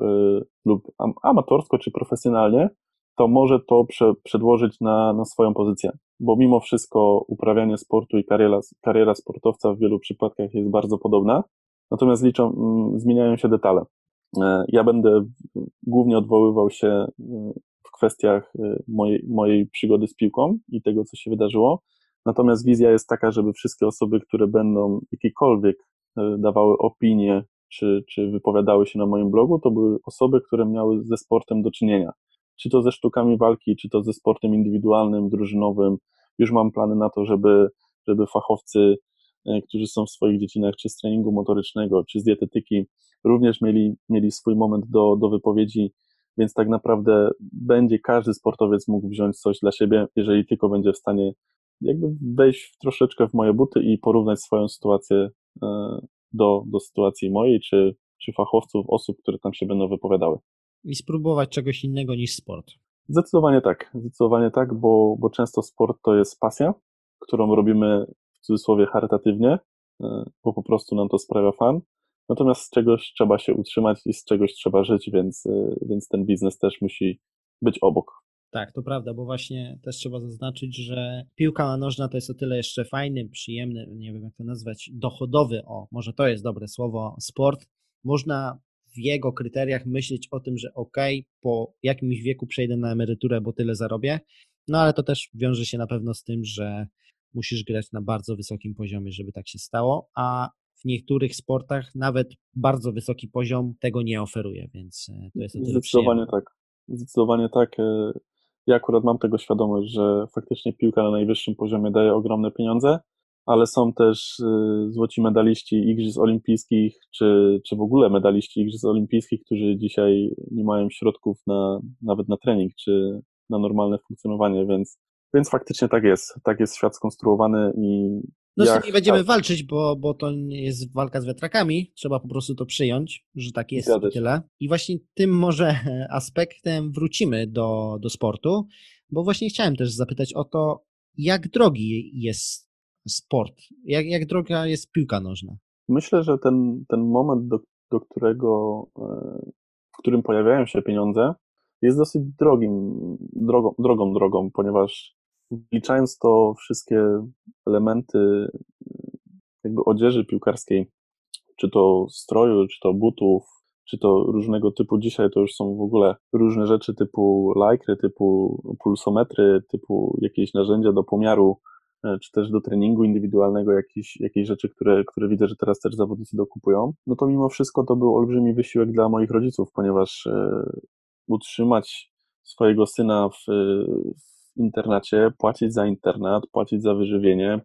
lub amatorsko czy profesjonalnie, to może to przedłożyć na swoją pozycję, bo mimo wszystko uprawianie sportu i kariera sportowca w wielu przypadkach jest bardzo podobna, natomiast zmieniają się detale. Ja będę głównie odwoływał się w kwestiach mojej przygody z piłką i tego, co się wydarzyło. Natomiast wizja jest taka, żeby wszystkie osoby, które będą jakiekolwiek dawały opinie czy wypowiadały się na moim blogu, to były osoby, które miały ze sportem do czynienia. Czy to ze sztukami walki, czy to ze sportem indywidualnym, drużynowym. Już mam plany na to, żeby fachowcy, którzy są w swoich dziedzinach, czy z treningu motorycznego, czy z dietetyki, również mieli swój moment do wypowiedzi, więc tak naprawdę będzie każdy sportowiec mógł wziąć coś dla siebie, jeżeli tylko będzie w stanie jakby wejść troszeczkę w moje buty i porównać swoją sytuację do sytuacji mojej, czy fachowców, osób, które tam się będą wypowiadały. I spróbować czegoś innego niż sport. Zdecydowanie tak, bo często sport to jest pasja, którą robimy w cudzysłowie charytatywnie, bo po prostu nam to sprawia fan. Natomiast z czegoś trzeba się utrzymać i z czegoś trzeba żyć, więc ten biznes też musi być obok. Tak, to prawda, bo właśnie też trzeba zaznaczyć, że piłka nożna to jest o tyle jeszcze fajny, przyjemny, nie wiem jak to nazwać, dochodowy, może to jest dobre słowo, sport. Można w jego kryteriach myśleć o tym, że po jakimś wieku przejdę na emeryturę, bo tyle zarobię, no ale to też wiąże się na pewno z tym, że musisz grać na bardzo wysokim poziomie, żeby tak się stało, a w niektórych sportach nawet bardzo wysoki poziom tego nie oferuje, więc to jest o tyle przyjemne. Zdecydowanie tak. Ja akurat mam tego świadomość, że faktycznie piłka na najwyższym poziomie daje ogromne pieniądze, ale są też złoci medaliści Igrzysk Olimpijskich, czy w ogóle medaliści Igrzysk Olimpijskich, którzy dzisiaj nie mają środków nawet na trening, czy na normalne funkcjonowanie, więc faktycznie tak jest. Tak jest świat skonstruowany i no z tym nie będziemy walczyć, bo to nie jest walka z wiatrakami, trzeba po prostu to przyjąć, że tak jest i tyle. I właśnie tym może aspektem wrócimy do sportu, bo właśnie chciałem też zapytać o to, jak drogi jest sport, jak droga jest piłka nożna? Myślę, że ten moment, do którego, w którym pojawiają się pieniądze, jest dosyć drogą, ponieważ wliczając to wszystkie elementy jakby odzieży piłkarskiej, czy to stroju, czy to butów, czy to różnego typu, dzisiaj to już są w ogóle różne rzeczy typu lajkry, typu pulsometry, typu jakieś narzędzia do pomiaru, czy też do treningu indywidualnego, jakieś rzeczy, które widzę, że teraz też zawodnicy dokupują, no to mimo wszystko to był olbrzymi wysiłek dla moich rodziców, ponieważ utrzymać swojego syna w internacie, płacić za internat, płacić za wyżywienie,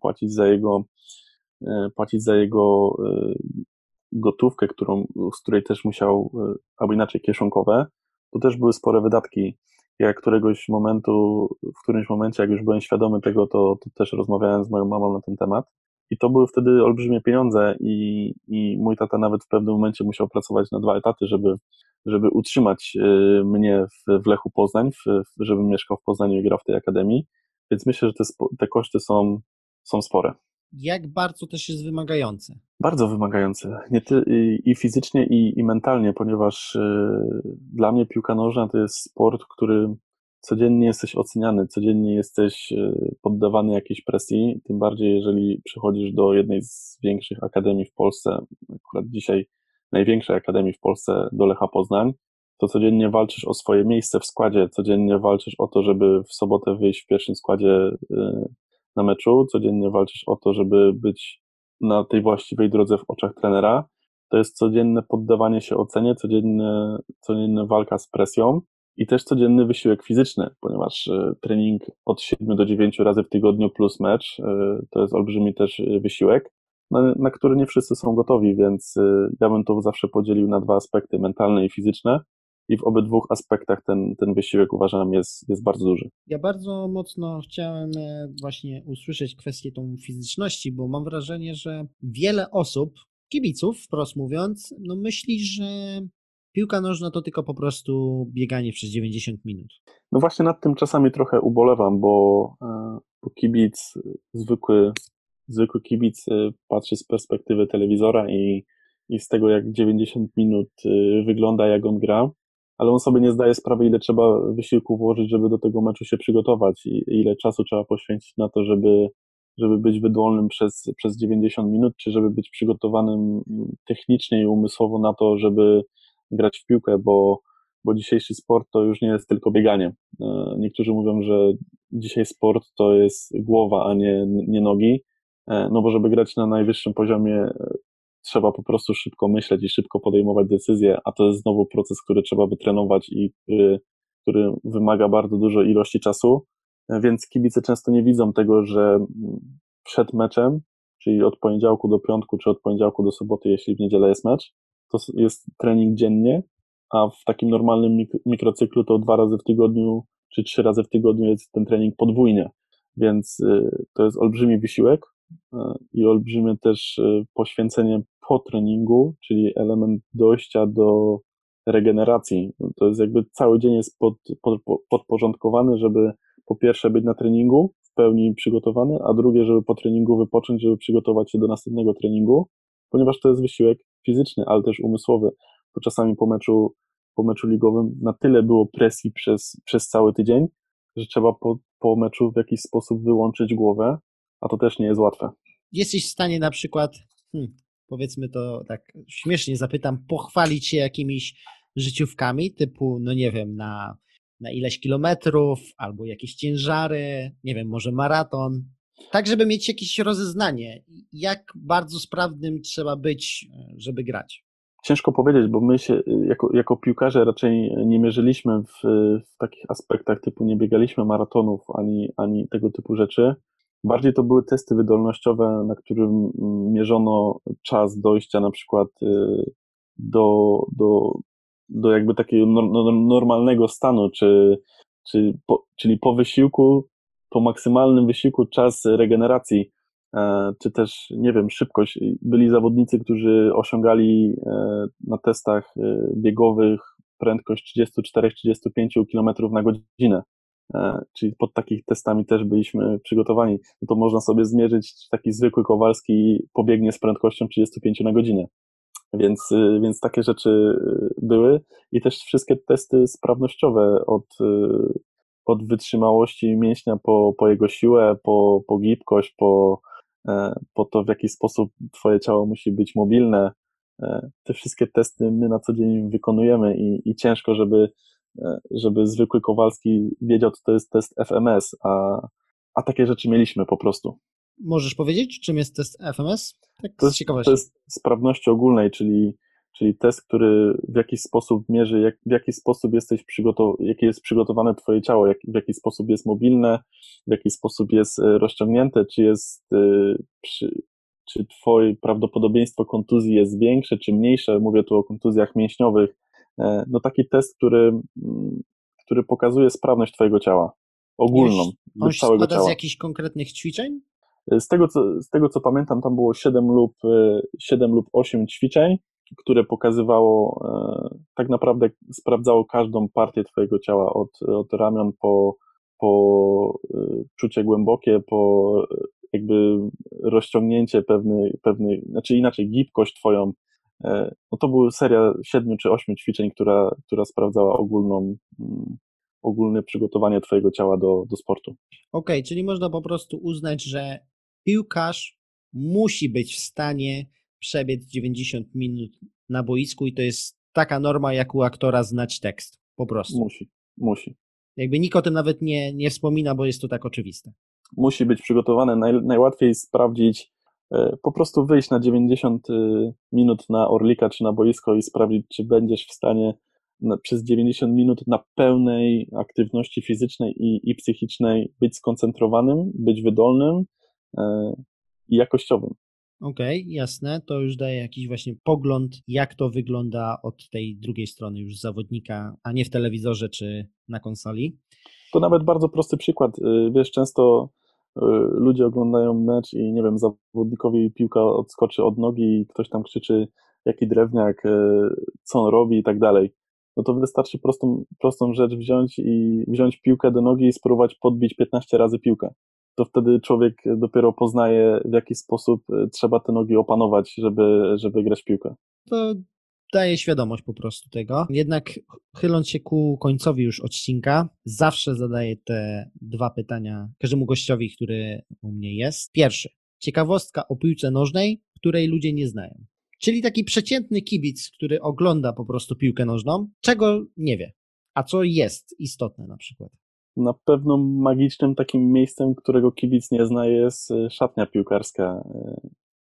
płacić za jego gotówkę, z której też musiał, albo inaczej kieszonkowe, to też były spore wydatki. Ja w którymś momencie, jak już byłem świadomy tego, to też rozmawiałem z moją mamą na ten temat. I to były wtedy olbrzymie pieniądze i mój tata nawet w pewnym momencie musiał pracować na 2 etaty, żeby utrzymać mnie w Lechu Poznań, żebym mieszkał w Poznaniu i grał w tej akademii. Więc myślę, że te koszty są spore. Jak bardzo też jest wymagające? Bardzo wymagające, i fizycznie, i mentalnie, ponieważ dla mnie piłka nożna to jest sport, w którym codziennie jesteś oceniany, codziennie jesteś poddawany jakiejś presji, tym bardziej jeżeli przychodzisz do jednej z większych akademii w Polsce, akurat dzisiaj największej akademii w Polsce, do Lecha Poznań, to codziennie walczysz o swoje miejsce w składzie, codziennie walczysz o to, żeby w sobotę wyjść w pierwszym składzie na meczu, codziennie walczysz o to, żeby być na tej właściwej drodze w oczach trenera. To jest codzienne poddawanie się ocenie, codzienna walka z presją i też codzienny wysiłek fizyczny, ponieważ trening od 7 do 9 razy w tygodniu plus mecz to jest olbrzymi też wysiłek, na który nie wszyscy są gotowi, więc ja bym to zawsze podzielił na 2 aspekty, mentalne i fizyczne. I w obydwu aspektach ten wysiłek, uważam, jest bardzo duży. Ja bardzo mocno chciałem właśnie usłyszeć kwestię tą fizyczności, bo mam wrażenie, że wiele osób, kibiców wprost mówiąc, no myśli, że piłka nożna to tylko po prostu bieganie przez 90 minut. No właśnie nad tym czasami trochę ubolewam, bo kibic, zwykły kibic patrzy z perspektywy telewizora i z tego, jak 90 minut wygląda, jak on gra, ale on sobie nie zdaje sprawy, ile trzeba wysiłku włożyć, żeby do tego meczu się przygotować i ile czasu trzeba poświęcić na to, żeby być wydolnym przez 90 minut, czy żeby być przygotowanym technicznie i umysłowo na to, żeby grać w piłkę, bo dzisiejszy sport to już nie jest tylko bieganie. Niektórzy mówią, że dzisiaj sport to jest głowa, a nie nogi, no bo żeby grać na najwyższym poziomie trzeba po prostu szybko myśleć i szybko podejmować decyzje, a to jest znowu proces, który trzeba wytrenować i który wymaga bardzo dużej ilości czasu, więc kibice często nie widzą tego, że przed meczem, czyli od poniedziałku do piątku, czy od poniedziałku do soboty, jeśli w niedzielę jest mecz, to jest trening dziennie, a w takim normalnym mikrocyklu to 2 razy w tygodniu, czy 3 razy w tygodniu jest ten trening podwójnie, więc to jest olbrzymi wysiłek i olbrzymie też poświęcenie po treningu, czyli element dojścia do regeneracji. To jest jakby cały dzień jest podporządkowany, żeby po pierwsze być na treningu w pełni przygotowany, a drugie, żeby po treningu wypocząć, żeby przygotować się do następnego treningu, ponieważ to jest wysiłek fizyczny, ale też umysłowy. To czasami po meczu ligowym na tyle było presji przez cały tydzień, że trzeba po meczu w jakiś sposób wyłączyć głowę, a to też nie jest łatwe. Jesteś w stanie na przykład, powiedzmy to tak śmiesznie zapytam, pochwalić się jakimiś życiówkami typu, no nie wiem, na ileś kilometrów, albo jakieś ciężary, nie wiem, może maraton, tak żeby mieć jakieś rozeznanie, jak bardzo sprawnym trzeba być, żeby grać. Ciężko powiedzieć, bo my się jako piłkarze raczej nie mierzyliśmy w takich aspektach typu nie biegaliśmy maratonów ani tego typu rzeczy. Bardziej to były testy wydolnościowe, na którym mierzono czas dojścia na przykład do jakby takiego normalnego stanu, czyli po wysiłku, po maksymalnym wysiłku czas regeneracji, czy też, nie wiem, szybkość. Byli zawodnicy, którzy osiągali na testach biegowych prędkość 34-35 km na godzinę. Czyli pod takich testami też byliśmy przygotowani. No to można sobie zmierzyć, taki zwykły Kowalski pobiegnie z prędkością 35 na godzinę. Więc takie rzeczy były i też wszystkie testy sprawnościowe od wytrzymałości mięśnia po jego siłę, po gibkość, po to, w jaki sposób twoje ciało musi być mobilne. Te wszystkie testy my na co dzień wykonujemy i ciężko, żeby zwykły Kowalski wiedział, co to jest test FMS, a takie rzeczy mieliśmy po prostu. Możesz powiedzieć, czym jest test FMS? Tak z ciekawości. To jest sprawności ogólnej, czyli test, który w jakiś sposób mierzy, w jaki sposób jakie jest przygotowane twoje ciało, w jaki sposób jest mobilne, w jaki sposób jest rozciągnięte, czy twoje prawdopodobieństwo kontuzji jest większe, czy mniejsze, mówię tu o kontuzjach mięśniowych. No taki test, który pokazuje sprawność twojego ciała, ogólną, on się całego składa ciała. z jakichś konkretnych ćwiczeń? Z tego, co pamiętam, tam było 7 lub 8 ćwiczeń, które pokazywało, tak naprawdę sprawdzało każdą partię twojego ciała, od ramion po czucie głębokie, po jakby rozciągnięcie pewnej, znaczy inaczej, gibkość twoją. No to była seria 7 czy 8 ćwiczeń, która sprawdzała ogólne przygotowanie twojego ciała do sportu. Okej, czyli można po prostu uznać, że piłkarz musi być w stanie przebiec 90 minut na boisku i to jest taka norma, jak u aktora znać tekst. Po prostu. Musi. Jakby nikt o tym nawet nie wspomina, bo jest to tak oczywiste. Musi być przygotowany. Najłatwiej sprawdzić, po prostu wyjść na 90 minut na Orlika czy na boisko i sprawdzić, czy będziesz w stanie przez 90 minut na pełnej aktywności fizycznej i psychicznej być skoncentrowanym, być wydolnym i jakościowym. Okej, jasne, to już daje jakiś właśnie pogląd, jak to wygląda od tej drugiej strony już zawodnika, a nie w telewizorze czy na konsoli. To nawet bardzo prosty przykład. Wiesz, często ludzie oglądają mecz i nie wiem, zawodnikowi piłka odskoczy od nogi i ktoś tam krzyczy, jaki drewniak, co on robi i tak dalej. No to wystarczy prostą rzecz wziąć piłkę do nogi i spróbować podbić 15 razy piłkę. To wtedy człowiek dopiero poznaje, w jaki sposób trzeba te nogi opanować, żeby grać w piłkę. To daje świadomość po prostu tego. Jednak chyląc się ku końcowi już odcinka, zawsze zadaję te 2 pytania każdemu gościowi, który u mnie jest. Pierwszy. Ciekawostka o piłce nożnej, której ludzie nie znają. Czyli taki przeciętny kibic, który ogląda po prostu piłkę nożną, czego nie wie, a co jest istotne na przykład. Na pewno magicznym takim miejscem, którego kibic nie zna, jest szatnia piłkarska.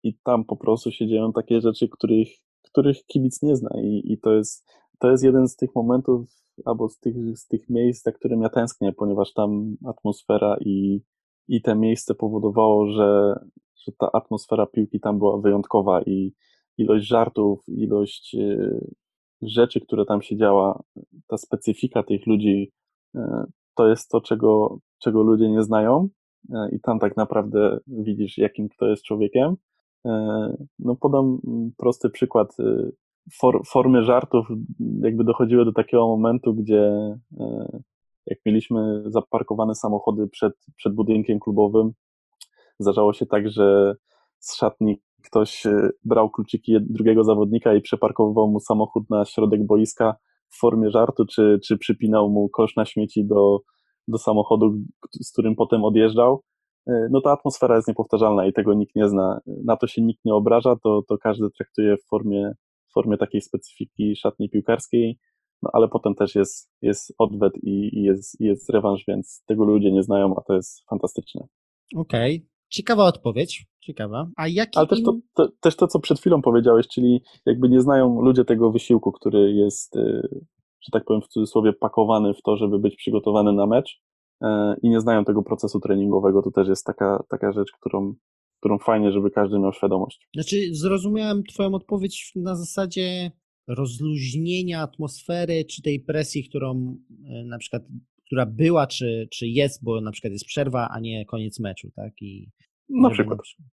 i tam po prostu się dzieją takie rzeczy, których kibic nie zna i to jest jeden z tych momentów albo z tych miejsc, za którym ja tęsknię, ponieważ tam atmosfera i te miejsce powodowało, że ta atmosfera piłki tam była wyjątkowa i ilość żartów, ilość rzeczy, które tam się działa, ta specyfika tych ludzi, to jest to, czego ludzie nie znają i tam tak naprawdę widzisz, jakim kto jest człowiekiem. No podam prosty przykład. Formy żartów jakby dochodziły do takiego momentu, gdzie jak mieliśmy zaparkowane samochody przed budynkiem klubowym, zdarzało się tak, że z szatni ktoś brał kluczyki drugiego zawodnika i przeparkowywał mu samochód na środek boiska w formie żartu, czy przypinał mu kosz na śmieci do samochodu, z którym potem odjeżdżał. No ta atmosfera jest niepowtarzalna i tego nikt nie zna. Na to się nikt nie obraża, to każdy traktuje w formie takiej specyfiki szatni piłkarskiej, no ale potem też jest odwet i jest rewanż, więc tego ludzie nie znają, a to jest fantastyczne. Okej. Ciekawa odpowiedź. Ciekawa. A Ale też też to, co przed chwilą powiedziałeś, czyli jakby nie znają ludzie tego wysiłku, który jest, że tak powiem w cudzysłowie, pakowany w to, żeby być przygotowany na mecz i nie znają tego procesu treningowego, to też jest taka rzecz, którą fajnie, żeby każdy miał świadomość. Znaczy, zrozumiałem twoją odpowiedź na zasadzie rozluźnienia atmosfery, czy tej presji, którą na przykład, która była, czy jest, bo na przykład jest przerwa, a nie koniec meczu, tak? Na przykład.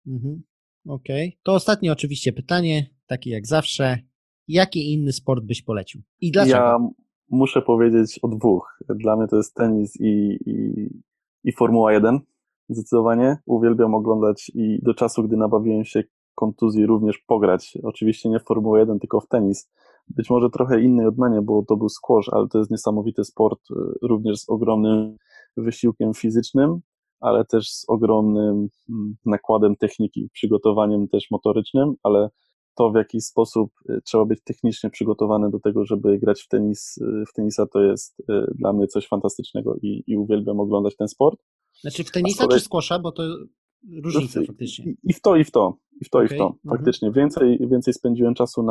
Okej. To ostatnie oczywiście pytanie, takie jak zawsze. Jaki inny sport byś polecił? I dlaczego? Ja muszę powiedzieć o dwóch. Dla mnie to jest tenis i Formuła 1. Zdecydowanie uwielbiam oglądać i do czasu, gdy nabawiłem się kontuzji, również pograć. Oczywiście nie w Formułę 1, tylko w tenis. Być może trochę innej odmianie, bo to był squash, ale to jest niesamowity sport, również z ogromnym wysiłkiem fizycznym, ale też z ogromnym nakładem techniki, przygotowaniem też motorycznym, ale to, w jaki sposób trzeba być technicznie przygotowany do tego, żeby grać w tenisa, to jest dla mnie coś fantastycznego i uwielbiam oglądać ten sport. Znaczy w tenisa czy squasha, bo to różnica faktycznie. I w to, i w to. I w to, Okay. I w to. Faktycznie. Więcej spędziłem czasu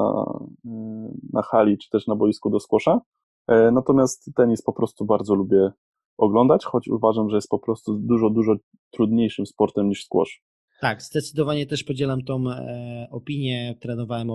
na hali, czy też na boisku do squasha. Natomiast tenis po prostu bardzo lubię oglądać, choć uważam, że jest po prostu dużo, dużo trudniejszym sportem niż squash. Tak, zdecydowanie też podzielam tą opinię. Trenowałem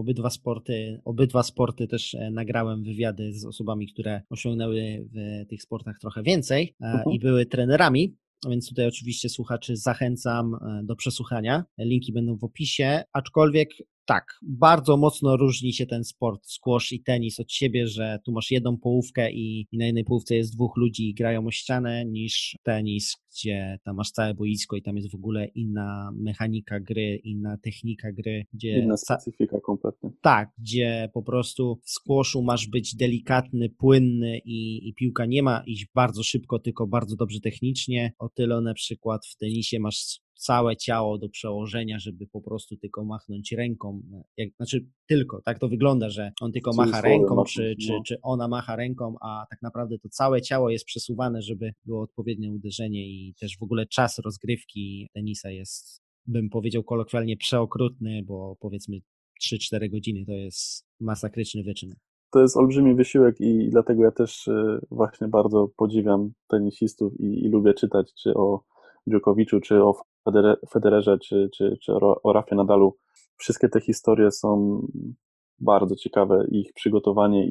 obydwa sporty też nagrałem wywiady z osobami, które osiągnęły w tych sportach trochę więcej i były trenerami. Więc tutaj oczywiście słuchaczy zachęcam do przesłuchania. Linki będą w opisie, aczkolwiek tak, bardzo mocno różni się ten sport, squash i tenis od siebie, że tu masz jedną połówkę i na jednej połówce jest dwóch ludzi i grają o ścianę, niż tenis, gdzie tam masz całe boisko i tam jest w ogóle inna mechanika gry, inna technika gry. Inna specyfika kompletnie. Tak, gdzie po prostu w squashu masz być delikatny, płynny i piłka nie ma iść bardzo szybko, tylko bardzo dobrze technicznie. O tyle na przykład w tenisie masz całe ciało do przełożenia, żeby po prostu tylko machnąć ręką. Znaczy tylko, tak to wygląda, że on tylko macha ręką, czy ona macha ręką, a tak naprawdę to całe ciało jest przesuwane, żeby było odpowiednie uderzenie i też w ogóle czas rozgrywki tenisa jest, bym powiedział kolokwialnie, przeokrutny, bo powiedzmy 3-4 godziny to jest masakryczny wyczyn. To jest olbrzymi wysiłek i dlatego ja też właśnie bardzo podziwiam tenisistów i lubię czytać czy o Djokoviczu, czy o Federerze, czy o Rafie Nadalu. Wszystkie te historie są bardzo ciekawe. Ich przygotowanie,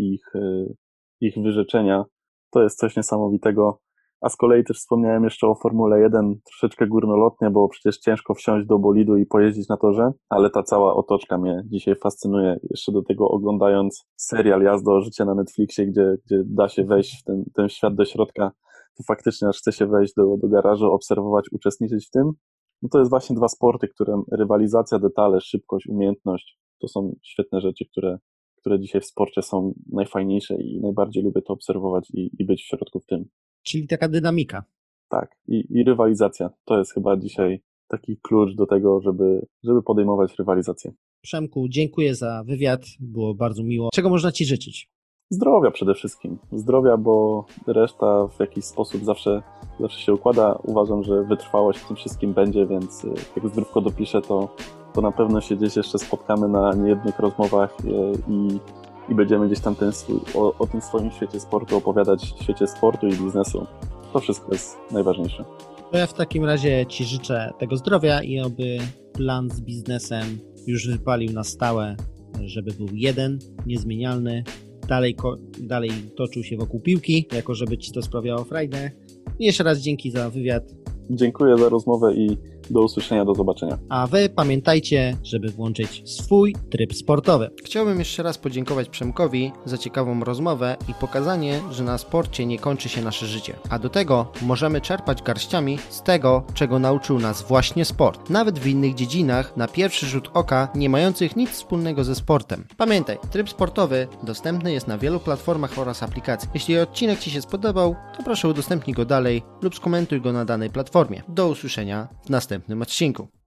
ich wyrzeczenia to jest coś niesamowitego. A z kolei też wspomniałem jeszcze o Formule 1, troszeczkę górnolotnie, bo przecież ciężko wsiąść do bolidu i pojeździć na torze, ale ta cała otoczka mnie dzisiaj fascynuje. Jeszcze do tego oglądając serial Jazda o życie na Netflixie, gdzie da się wejść w ten świat do środka, to faktycznie aż chce się wejść do garażu, obserwować, uczestniczyć w tym. No to jest właśnie dwa sporty, które rywalizacja, detale, szybkość, umiejętność, to są świetne rzeczy, które dzisiaj w sporcie są najfajniejsze i najbardziej lubię to obserwować i być w środku w tym. Czyli taka dynamika. Tak, i rywalizacja. To jest chyba dzisiaj taki klucz do tego, żeby podejmować rywalizację. Przemku, dziękuję za wywiad, było bardzo miło. Czego można Ci życzyć? Zdrowia przede wszystkim. Zdrowia, bo reszta w jakiś sposób zawsze się układa. Uważam, że wytrwałość w tym wszystkim będzie, więc jak zdrówko dopiszę, to na pewno się gdzieś jeszcze spotkamy na niejednych rozmowach i będziemy gdzieś tam o tym swoim świecie sportu opowiadać, świecie sportu i biznesu. To wszystko jest najważniejsze. To ja w takim razie Ci życzę tego zdrowia i oby plan z biznesem już wypalił na stałe, żeby był jeden, niezmienialny, dalej toczył się wokół piłki, jako żeby Ci to sprawiało frajdę. I jeszcze raz dzięki za wywiad. Dziękuję za rozmowę i do usłyszenia, do zobaczenia. A Wy pamiętajcie, żeby włączyć swój tryb sportowy. Chciałbym jeszcze raz podziękować Przemkowi za ciekawą rozmowę i pokazanie, że na sporcie nie kończy się nasze życie. A do tego możemy czerpać garściami z tego, czego nauczył nas właśnie sport. Nawet w innych dziedzinach, na pierwszy rzut oka, nie mających nic wspólnego ze sportem. Pamiętaj, tryb sportowy dostępny jest na wielu platformach oraz aplikacjach. Jeśli odcinek Ci się spodobał, to proszę udostępnij go dalej lub skomentuj go na danej platformie. Do usłyszenia w następnym odcinku.